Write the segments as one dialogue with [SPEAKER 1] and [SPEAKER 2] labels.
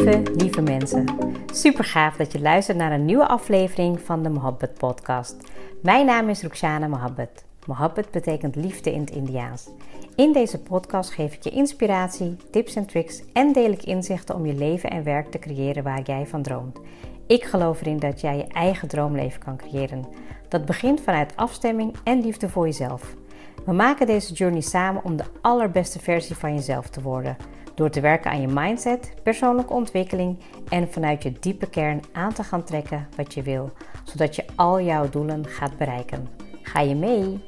[SPEAKER 1] Lieve mensen, super gaaf dat je luistert naar een nieuwe aflevering van de Mohabbat podcast. Mijn naam is Rukhsana Mohabbat. Mohabbat betekent liefde in het Indiaans. In deze podcast geef ik je inspiratie, tips en tricks en deel ik inzichten om je leven en werk te creëren waar jij van droomt. Ik geloof erin dat jij je eigen droomleven kan creëren. Dat begint vanuit afstemming en liefde voor jezelf. We maken deze journey samen om de allerbeste versie van jezelf te worden. Door te werken aan je mindset, persoonlijke ontwikkeling en vanuit je diepe kern aan te gaan trekken wat je wil. Zodat je al jouw doelen gaat bereiken. Ga je mee?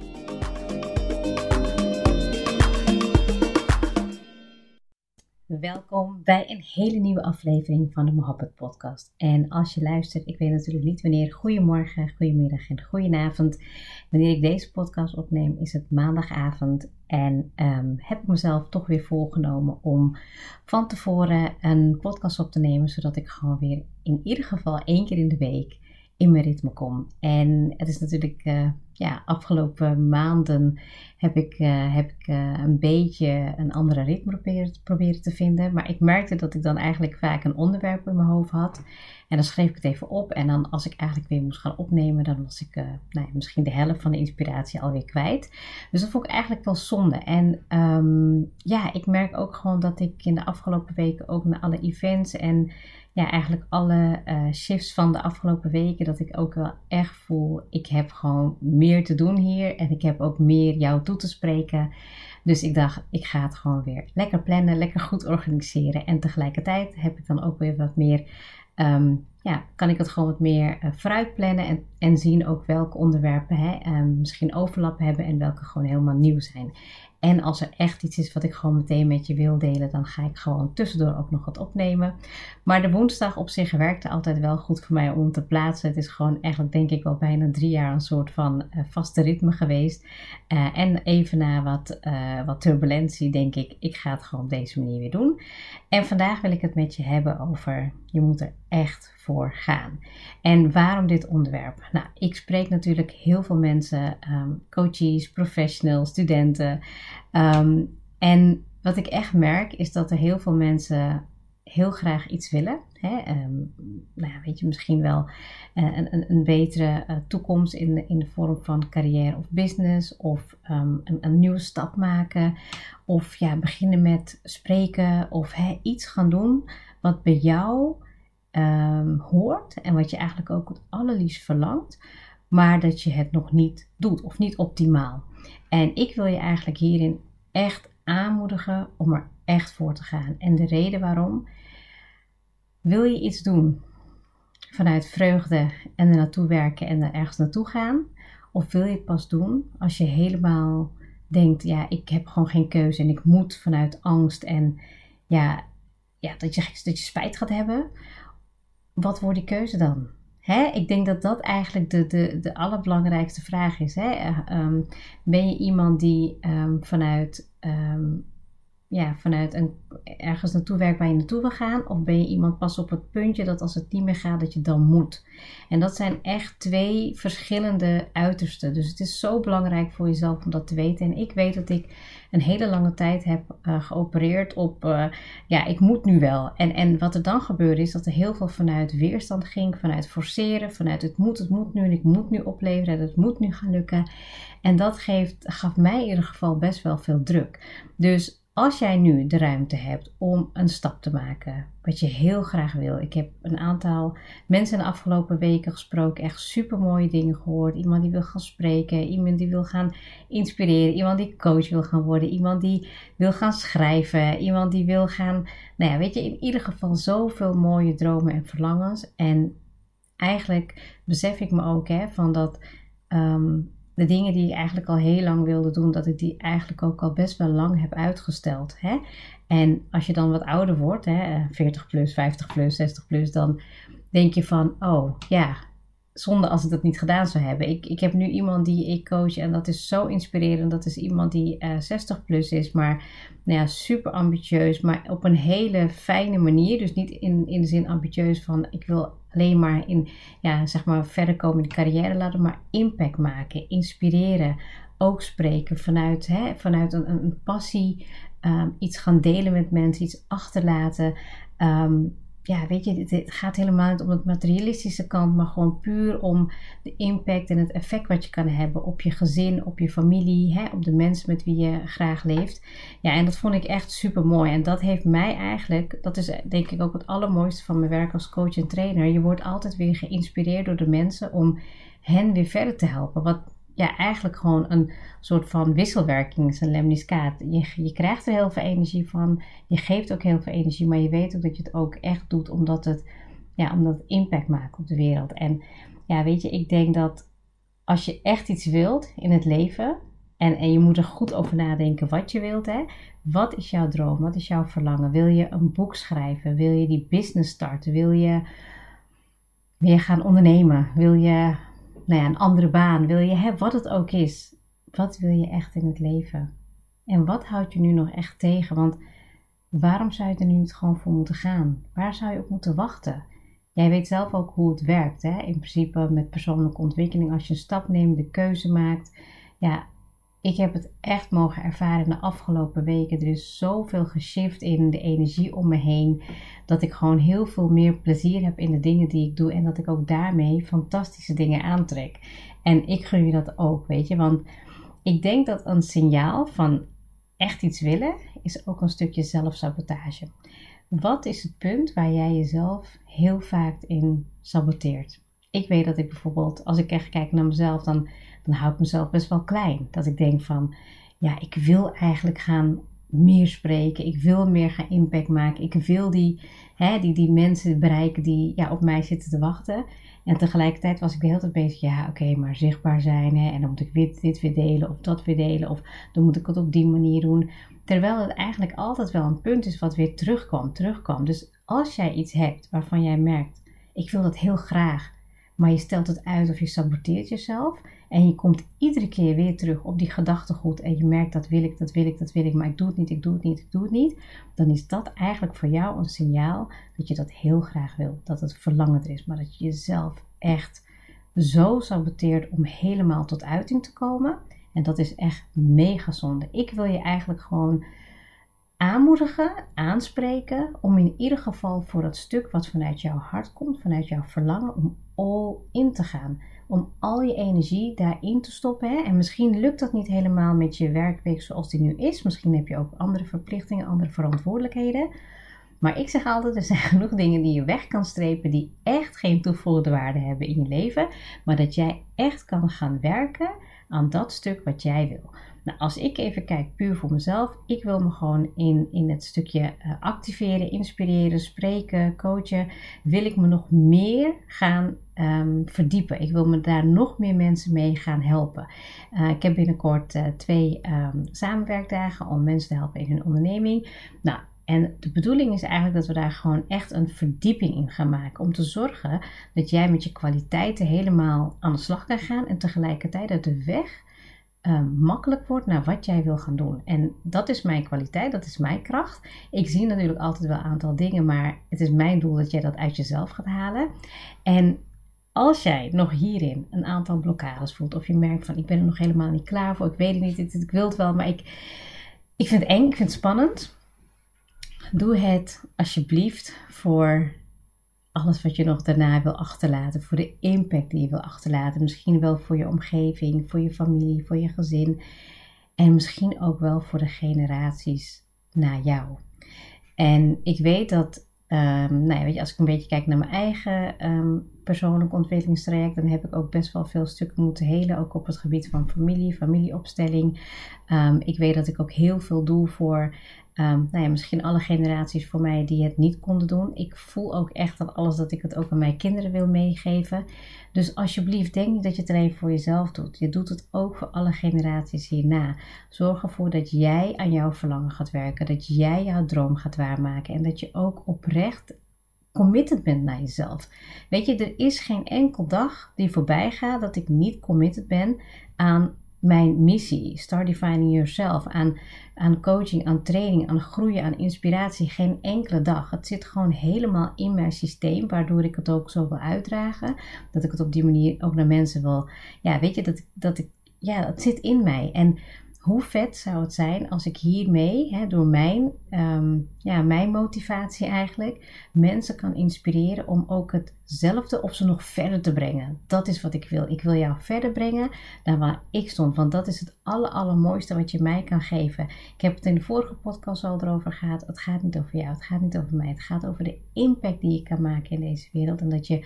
[SPEAKER 1] Welkom bij een hele nieuwe aflevering van de Mohabbat podcast. En als je luistert, ik weet natuurlijk niet wanneer, goedemorgen, goedemiddag en goedenavond. Wanneer ik deze podcast opneem is het maandagavond en heb ik mezelf toch weer voorgenomen om van tevoren een podcast op te nemen. Zodat ik gewoon weer in ieder geval 1 keer in de week in mijn ritme kom. En het is natuurlijk, afgelopen maanden heb ik een beetje een andere ritme proberen te vinden. Maar ik merkte dat ik dan eigenlijk vaak een onderwerp in mijn hoofd had. En dan schreef ik het even op. En dan als ik eigenlijk weer moest gaan opnemen, dan was ik misschien de helft van de inspiratie alweer kwijt. Dus dat vond ik eigenlijk wel zonde. En ik merk ook gewoon dat ik in de afgelopen weken ook naar alle events en eigenlijk alle shifts van de afgelopen weken, dat ik ook wel echt voel, ik heb gewoon meer te doen hier en ik heb ook meer jou toe te spreken. Dus ik dacht, ik ga het gewoon weer lekker plannen, lekker goed organiseren en tegelijkertijd heb ik dan ook weer wat meer, kan ik het gewoon wat meer vooruit plannen en zien ook welke onderwerpen misschien overlap hebben en welke gewoon helemaal nieuw zijn. En als er echt iets is wat ik gewoon meteen met je wil delen, dan ga ik gewoon tussendoor ook nog wat opnemen. Maar de woensdag op zich werkte altijd wel goed voor mij om te plaatsen. Het is gewoon eigenlijk denk ik wel bijna 3 jaar een soort van vaste ritme geweest. En even na wat turbulentie denk ik ga het gewoon op deze manier weer doen. En vandaag wil ik het met je hebben over, je moet er echt voor gaan. En waarom dit onderwerp? Nou, ik spreek natuurlijk heel veel mensen, coaches, professionals, studenten. En wat ik echt merk is dat er heel veel mensen heel graag iets willen. Misschien wel een betere toekomst in de vorm van carrière of business. Of een nieuwe stap maken. Of beginnen met spreken. Of iets gaan doen wat bij jou hoort. En wat je eigenlijk ook het allerliefst verlangt. Maar dat je het nog niet doet. Of niet optimaal. En ik wil je eigenlijk hierin echt aanmoedigen om er echt voor te gaan. En de reden waarom. Wil je iets doen vanuit vreugde en er naartoe werken en er ergens naartoe gaan? Of wil je het pas doen als je helemaal denkt, ik heb gewoon geen keuze en ik moet vanuit angst en dat je spijt gaat hebben? Wat wordt die keuze dan? Ik denk dat dat eigenlijk de allerbelangrijkste vraag is. Ben je iemand die vanuit ergens naartoe werkt waar je naartoe wil gaan? Of ben je iemand pas op het puntje dat als het niet meer gaat, dat je dan moet? En dat zijn echt 2 verschillende uitersten. Dus het is zo belangrijk voor jezelf om dat te weten. En ik weet dat ik een hele lange tijd heb geopereerd op, ik moet nu wel. En wat er dan gebeurde is dat er heel veel vanuit weerstand ging, vanuit forceren, vanuit het moet nu en ik moet nu opleveren en het moet nu gaan lukken. En dat gaf mij in ieder geval best wel veel druk. Dus als jij nu de ruimte hebt om een stap te maken, wat je heel graag wil. Ik heb een aantal mensen in de afgelopen weken gesproken, echt super mooie dingen gehoord. Iemand die wil gaan spreken, iemand die wil gaan inspireren, iemand die coach wil gaan worden, iemand die wil gaan schrijven, iemand die wil gaan, in ieder geval zoveel mooie dromen en verlangens. En eigenlijk besef ik me ook van dat de dingen die ik eigenlijk al heel lang wilde doen, dat ik die eigenlijk ook al best wel lang heb uitgesteld. En als je dan wat ouder wordt, 40 plus, 50 plus, 60 plus, dan denk je van, zonde als ik dat niet gedaan zou hebben. Ik heb nu iemand die ik coach en dat is zo inspirerend. Dat is iemand die 60 plus is, maar super ambitieus, maar op een hele fijne manier. Dus niet in de zin ambitieus van ik wil alleen maar verder komen in de carrière ladder, maar impact maken, inspireren, ook spreken vanuit een passie, iets gaan delen met mensen, iets achterlaten. Ja, weet je, het gaat helemaal niet om het materialistische kant, maar gewoon puur om de impact en het effect wat je kan hebben op je gezin, op je familie, op de mensen met wie je graag leeft. Ja, en dat vond ik echt super mooi. En dat heeft mij eigenlijk, dat is denk ik ook het allermooiste van mijn werk als coach en trainer. Je wordt altijd weer geïnspireerd door de mensen om hen weer verder te helpen. Wat eigenlijk gewoon een soort van wisselwerking is, een lemniscaat. Je krijgt er heel veel energie van. Je geeft ook heel veel energie. Maar je weet ook dat je het ook echt doet omdat het impact maakt op de wereld. En ja, weet je, ik denk dat als je echt iets wilt in het leven. En je moet er goed over nadenken wat je wilt. Wat is jouw droom? Wat is jouw verlangen? Wil je een boek schrijven? Wil je die business starten? Wil je gaan ondernemen? Wil je een andere baan, wil je wat het ook is. Wat wil je echt in het leven? En wat houdt je nu nog echt tegen? Want waarom zou je er nu niet gewoon voor moeten gaan? Waar zou je op moeten wachten? Jij weet zelf ook hoe het werkt. In principe met persoonlijke ontwikkeling. Als je een stap neemt, de keuze maakt. Ja, ik heb het echt mogen ervaren in de afgelopen weken. Er is zoveel geshift in de energie om me heen. Dat ik gewoon heel veel meer plezier heb in de dingen die ik doe. En dat ik ook daarmee fantastische dingen aantrek. En ik gun je dat ook, weet je. Want ik denk dat een signaal van echt iets willen is ook een stukje zelfsabotage. Wat is het punt waar jij jezelf heel vaak in saboteert? Ik weet dat ik bijvoorbeeld, als ik echt kijk naar mezelf, dan hou ik mezelf best wel klein. Dat ik denk van, ja, ik wil eigenlijk gaan meer spreken. Ik wil meer gaan impact maken. Ik wil die mensen bereiken die op mij zitten te wachten. En tegelijkertijd was ik de hele tijd bezig, oké, maar zichtbaar zijn. En dan moet ik dit weer delen of dat weer delen. Of dan moet ik het op die manier doen. Terwijl het eigenlijk altijd wel een punt is wat weer terugkwam. Dus als jij iets hebt waarvan jij merkt, ik wil dat heel graag. Maar je stelt het uit of je saboteert jezelf. En je komt iedere keer weer terug op die gedachtegoed. En je merkt dat wil ik. Maar ik doe het niet. Dan is dat eigenlijk voor jou een signaal dat je dat heel graag wil. Dat het verlangen er is. Maar dat je jezelf echt zo saboteert om helemaal tot uiting te komen. En dat is echt mega zonde. Ik wil je eigenlijk gewoon aanmoedigen, aanspreken, om in ieder geval voor dat stuk wat vanuit jouw hart komt, vanuit jouw verlangen, om all in te gaan. Om al je energie daarin te stoppen. En misschien lukt dat niet helemaal met je werkweek zoals die nu is. Misschien heb je ook andere verplichtingen, andere verantwoordelijkheden. Maar ik zeg altijd, er zijn genoeg dingen die je weg kan strepen die echt geen toegevoegde waarde hebben in je leven. Maar dat jij echt kan gaan werken aan dat stuk wat jij wil. Nou, als ik even kijk puur voor mezelf, ik wil me gewoon in het stukje activeren, inspireren, spreken, coachen, wil ik me nog meer gaan verdiepen. Ik wil me daar nog meer mensen mee gaan helpen. Ik heb binnenkort 2 samenwerkdagen om mensen te helpen in hun onderneming. Nou, en de bedoeling is eigenlijk dat we daar gewoon echt een verdieping in gaan maken. Om te zorgen dat jij met je kwaliteiten helemaal aan de slag kan gaan. En tegelijkertijd dat de weg makkelijk wordt naar wat jij wil gaan doen. En dat is mijn kwaliteit, dat is mijn kracht. Ik zie natuurlijk altijd wel een aantal dingen, maar het is mijn doel dat jij dat uit jezelf gaat halen. En als jij nog hierin een aantal blokkades voelt, of je merkt van ik ben er nog helemaal niet klaar voor, ik weet het niet, ik wil het wel, maar ik vind het eng, ik vind het spannend. Doe het alsjeblieft voor alles wat je nog daarna wil achterlaten. Voor de impact die je wil achterlaten. Misschien wel voor je omgeving, voor je familie, voor je gezin. En misschien ook wel voor de generaties na jou. En ik weet dat, als ik een beetje kijk naar mijn eigen persoonlijk ontwikkelingstraject, dan heb ik ook best wel veel stukken moeten helen. Ook op het gebied van familieopstelling. Ik weet dat ik ook heel veel doe voor misschien alle generaties voor mij die het niet konden doen. Ik voel ook echt dat ik het ook aan mijn kinderen wil meegeven. Dus alsjeblieft, denk niet dat je het alleen voor jezelf doet. Je doet het ook voor alle generaties hierna. Zorg ervoor dat jij aan jouw verlangen gaat werken. Dat jij jouw droom gaat waarmaken. En dat je ook oprecht committed bent naar jezelf. Weet je, er is geen enkel dag die voorbij gaat dat ik niet committed ben aan mijn missie. Start defining yourself. Aan coaching, aan training, aan groeien, aan inspiratie. Geen enkele dag. Het zit gewoon helemaal in mijn systeem. Waardoor ik het ook zo wil uitdragen. Dat ik het op die manier ook naar mensen wil. Ja, weet je, het zit in mij. En hoe vet zou het zijn als ik hiermee, door mijn motivatie eigenlijk, mensen kan inspireren om ook hetzelfde of ze nog verder te brengen. Dat is wat ik wil. Ik wil jou verder brengen dan waar ik stond. Want dat is het allermooiste wat je mij kan geven. Ik heb het in de vorige podcast al erover gehad. Het gaat niet over jou. Het gaat niet over mij. Het gaat over de impact die je kan maken in deze wereld. En dat je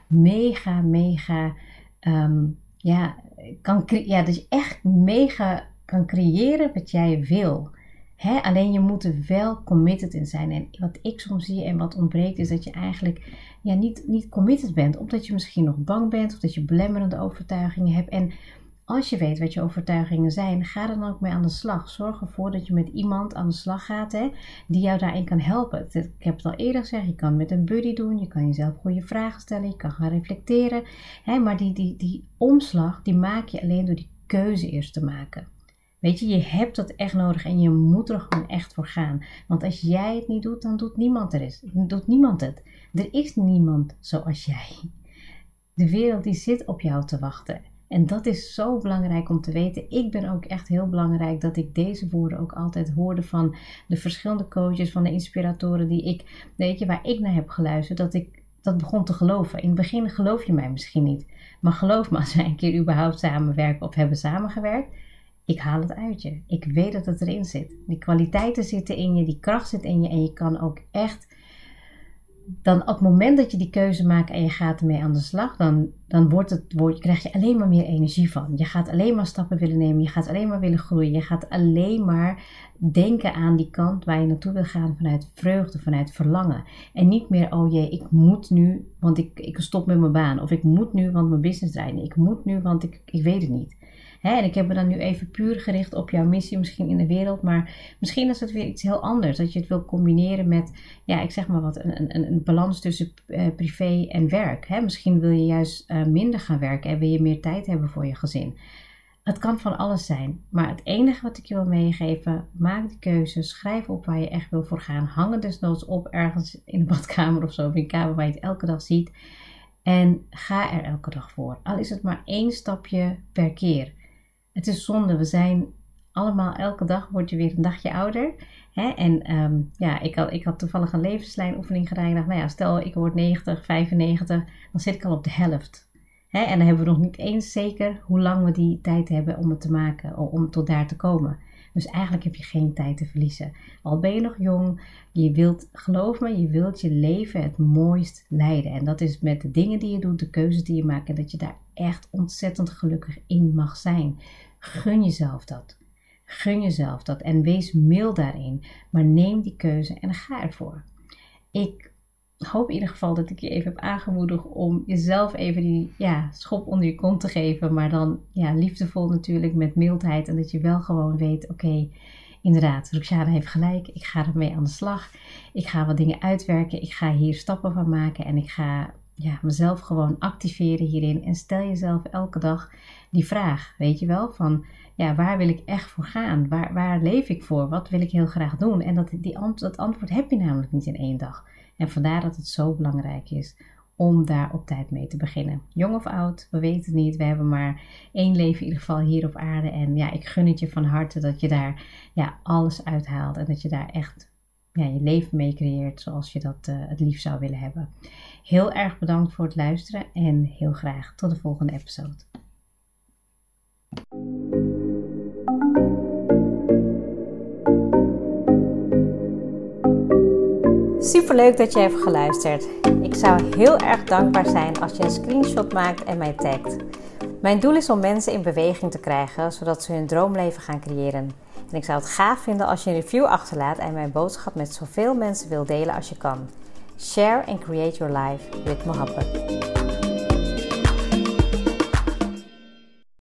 [SPEAKER 1] dat je echt mega kan creëren wat jij wil. Alleen je moet er wel committed in zijn. En wat ik soms zie en wat ontbreekt is dat je eigenlijk niet committed bent. Omdat je misschien nog bang bent of dat je belemmerende overtuigingen hebt. En als je weet wat je overtuigingen zijn, ga er dan ook mee aan de slag. Zorg ervoor dat je met iemand aan de slag gaat die jou daarin kan helpen. Ik heb het al eerder gezegd, je kan met een buddy doen. Je kan jezelf goede vragen stellen. Je kan gaan reflecteren. Maar die omslag, die maak je alleen door die keuze eerst te maken. Weet je hebt dat echt nodig en je moet er gewoon echt voor gaan. Want als jij het niet doet, dan doet niemand het. Er is niemand zoals jij. De wereld die zit op jou te wachten. En dat is zo belangrijk om te weten. Ik ben ook echt heel belangrijk dat ik deze woorden ook altijd hoorde van de verschillende coaches, van de inspiratoren waar ik naar heb geluisterd. Dat ik dat begon te geloven. In het begin geloof je mij misschien niet. Maar geloof me, als wij een keer überhaupt samenwerken of hebben samengewerkt, ik haal het uit je. Ik weet dat het erin zit. Die kwaliteiten zitten in je, die kracht zit in je en je kan ook echt, dan op het moment dat je die keuze maakt en je gaat ermee aan de slag, dan krijg je alleen maar meer energie van. Je gaat alleen maar stappen willen nemen, je gaat alleen maar willen groeien, je gaat alleen maar denken aan die kant waar je naartoe wil gaan vanuit vreugde, vanuit verlangen. En niet meer, oh jee, ik moet nu, want ik stop met mijn baan. Of ik moet nu, want mijn business draait niet. Ik moet nu, want ik weet het niet. En ik heb me dan nu even puur gericht op jouw missie misschien in de wereld. Maar misschien is het weer iets heel anders. Dat je het wil combineren met, ik zeg maar wat, een balans tussen privé en werk. Misschien wil je juist minder gaan werken en wil je meer tijd hebben voor je gezin. Het kan van alles zijn. Maar het enige wat ik je wil meegeven, maak die keuze. Schrijf op waar je echt wil voor gaan. Hang het desnoods op ergens in de badkamer of zo. Of in een kamer waar je het elke dag ziet. En ga er elke dag voor. Al is het maar 1 stapje per keer. Het is zonde, we zijn allemaal, elke dag word je weer een dagje ouder. En ik had toevallig een levenslijnoefening gedaan. Ik dacht, stel ik word 90, 95, dan zit ik al op de helft. En dan hebben we nog niet eens zeker hoe lang we die tijd hebben om het te maken, om tot daar te komen. Dus eigenlijk heb je geen tijd te verliezen. Al ben je nog jong, geloof me, je wilt je leven het mooist leiden. En dat is met de dingen die je doet, de keuzes die je maakt. En dat je daar echt ontzettend gelukkig in mag zijn. Gun jezelf dat. Gun jezelf dat. En wees mild daarin. Maar neem die keuze en ga ervoor. Ik hoop in ieder geval dat ik je even heb aangemoedigd om jezelf even die schop onder je kont te geven. Maar dan liefdevol natuurlijk met mildheid. En dat je wel gewoon weet, oké, inderdaad, Roxana heeft gelijk. Ik ga ermee aan de slag. Ik ga wat dingen uitwerken. Ik ga hier stappen van maken. En ik ga mezelf gewoon activeren hierin. En stel jezelf elke dag die vraag, weet je wel, van waar wil ik echt voor gaan? Waar leef ik voor? Wat wil ik heel graag doen? En dat antwoord heb je namelijk niet in 1 dag. En vandaar dat het zo belangrijk is om daar op tijd mee te beginnen. Jong of oud, we weten het niet. We hebben maar 1 leven in ieder geval hier op aarde. En ik gun het je van harte dat je daar alles uithaalt. En dat je daar echt je leven mee creëert zoals je dat het liefst zou willen hebben. Heel erg bedankt voor het luisteren en heel graag tot de volgende episode. Superleuk dat je hebt geluisterd. Ik zou heel erg dankbaar zijn als je een screenshot maakt en mij tagt. Mijn doel is om mensen in beweging te krijgen, zodat ze hun droomleven gaan creëren. En ik zou het gaaf vinden als je een review achterlaat en mijn boodschap met zoveel mensen wilt delen als je kan. Share and create your life with Mohabbat.